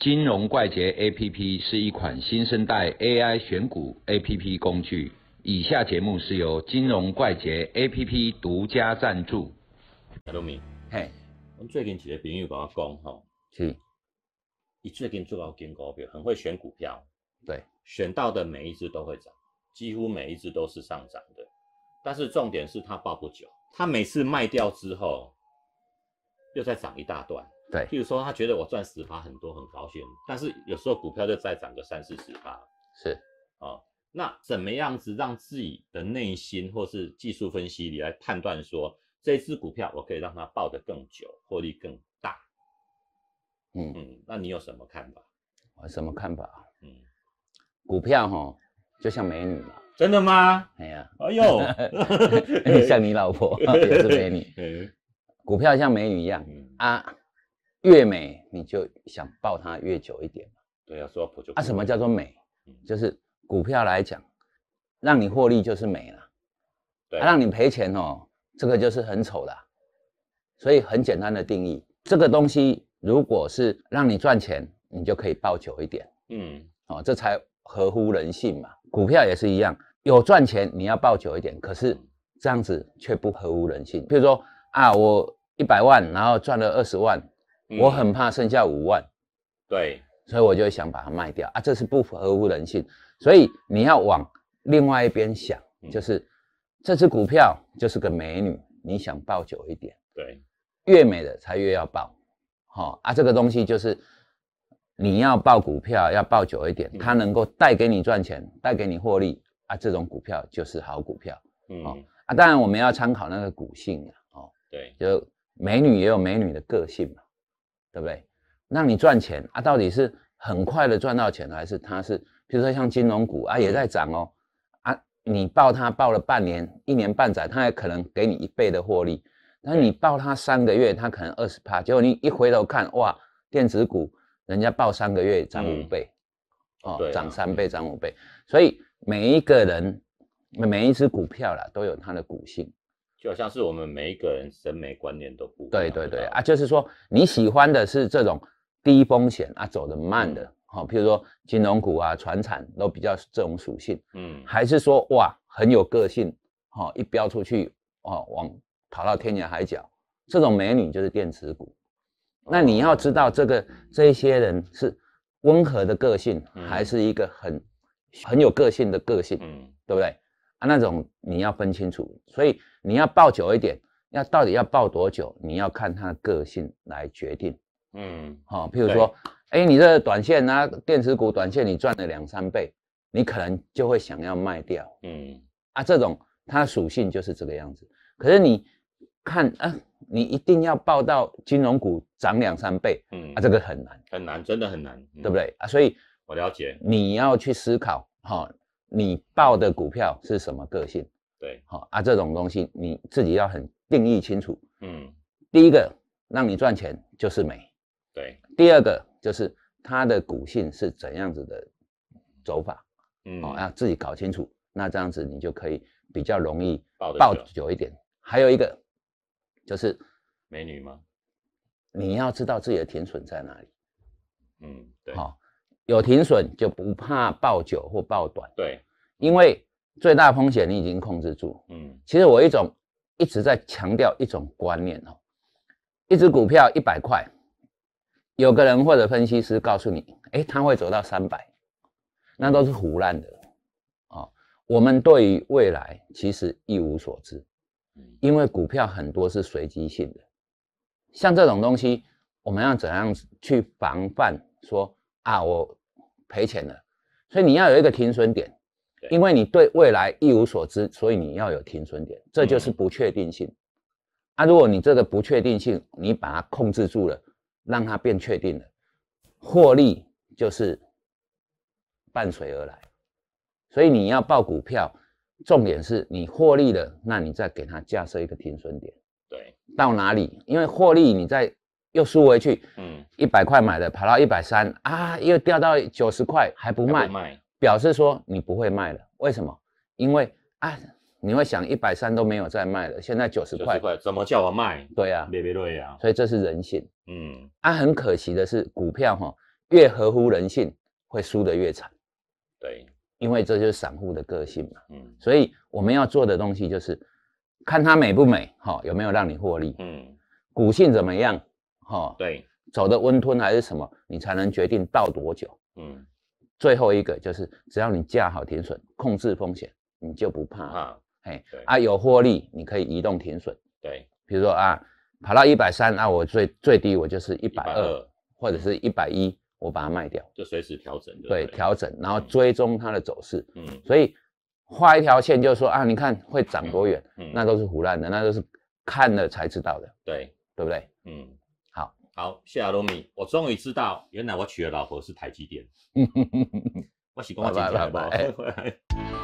金融怪杰 APP 是一款新生代 AI 选股 APP 工具。以下节目是由金融怪杰 APP 独家赞助。 陆明， 嘿， 我最近一个朋友跟我讲吼， 是， 他最近做到跟股票，很会选股票， 对， 选到的每一只都会涨，几乎每一只都是上涨的。但是重点是他抱不久，他每次卖掉之后，又再涨一大段。 对， 譬如说他觉得我赚10%很多很高兴，但是有时候股票就再涨个30-40%。 是， 哦，那怎么样子让自己的内心或是技术分析里来判断说，这支股票我可以让它抱得更久，获利更大？那你有什么看法？ 我什么看法？股票齁就像美女嘛。 真的吗？ 哎呀， 哎呦， 像你老婆也是美女。股票像美女一样啊，越美你就想抱它越久一点。 对啊，说啊，什么叫做美？就是股票来讲，让你获利就是美了，对，让你赔钱哦，这个就是很丑的。所以很简单的定义，这个东西如果是让你赚钱，你就可以抱久一点。这才合乎人性嘛。股票也是一样，有赚钱你要抱久一点，可是这样子却不合乎人性。比如说啊，我100万，然后赚了20万，我很怕剩下5万， 对， 所以我就想把它卖掉啊，这是不合乎人性。所以你要往另外一边想，就是这只股票就是个美女，你想抱久一点， 对， 越美的才越要抱。这个东西就是你要抱股票要抱久一点，它能够带给你赚钱，带给你获利啊，这种股票就是好股票。当然我们要参考那个股性对， 就美女也有美女的个性嘛，对不对？让你赚钱啊，到底是很快的赚到钱，还是它是比如说像金融股啊也在涨哦，你抱它抱了半年1年半载，它也可能给你1倍的获利，但是你抱它3个月，它可能20%，结果你一回头看，哇，电子股人家抱3个月涨5倍，涨3倍涨5倍，所以每一个人每一只股票啦都有它的股性， 就好像是我们每一个人审美观念都不一样。 对对对啊，就是说你喜欢的是这种低风险啊，走得慢的，譬如说金融股啊、传产都比较这种属性，还是说哇很有个性，一飙出去跑到天涯海角，这种美女就是电子股。那你要知道这一些人是温和的个性，还是一个很有个性的个性，对不对？那种你要分清楚，所以你要抱久一点，到底要抱多久，你要看他的个性来决定。譬如说，你这短线啊，电子股短线你赚了2-3倍，你可能就会想要卖掉。这种它的属性就是这个样子。可是你看你一定要抱到金融股涨2-3倍，这个很难， 很难，真的很难， 对不对？所以我了解， 你要去思考你抱的股票是什么个性？ 对， 这种东西你自己要很定义清楚。第一个让你赚钱就是美， 对。 第二个就是它的股性是怎样子的走法，要自己搞清楚。那这样子你就可以比较容易抱久一点。还有一个就是美女吗？ 你要知道自己的停损在哪里。 对。 有停损就不怕抱久或抱短。 对， 因为最大风险你已经控制住。其实我一直在强调一种观念一只股票100块，有个人或者分析师告诉你，它会走到300，那都是胡乱的。我们对于未来其实一无所知，因为股票很多是随机性的。像这种东西，我们要怎样去防范说我赔钱了，所以你要有一个停损点，因为你对未来一无所知，所以你要有停损点，这就是不确定性。如果你这个不确定性你把它控制住了，让它变确定了，获利就是伴随而来。所以你要抱股票，重点是你获利了，那你再给它架设一个停损点。 对， 到哪里？因为获利你再又输回去，100块买的跑到130又掉到90块还不卖，表示说你不会卖了。为什么？因为你会想130都没有再卖了，现在90块怎么叫我卖？ 对啊， 别对啊， 所以这是人性。很可惜的是股票越合乎人性，会输得越惨。 对， 因为这就是散户的个性嘛。所以我们要做的东西就是看它美不美，有没有让你获利。股性怎么样，对，走的温吞还是什么，你才能决定到多久。最后一个就是只要你架好停损，控制风险，你就不怕。有获利，你可以移动停损。对，比如说跑到130，我最低我就是120或者是110，我把它卖掉， 就随时调整。 对，调整，然后追踪它的走势。所以画一条线就是说你看会涨多远，那都是胡乱的，那都是看了才知道的。对，对不对？ 好，谢谢罗米，我终于知道，原来我娶的老婆是台积电。我是讲我真正的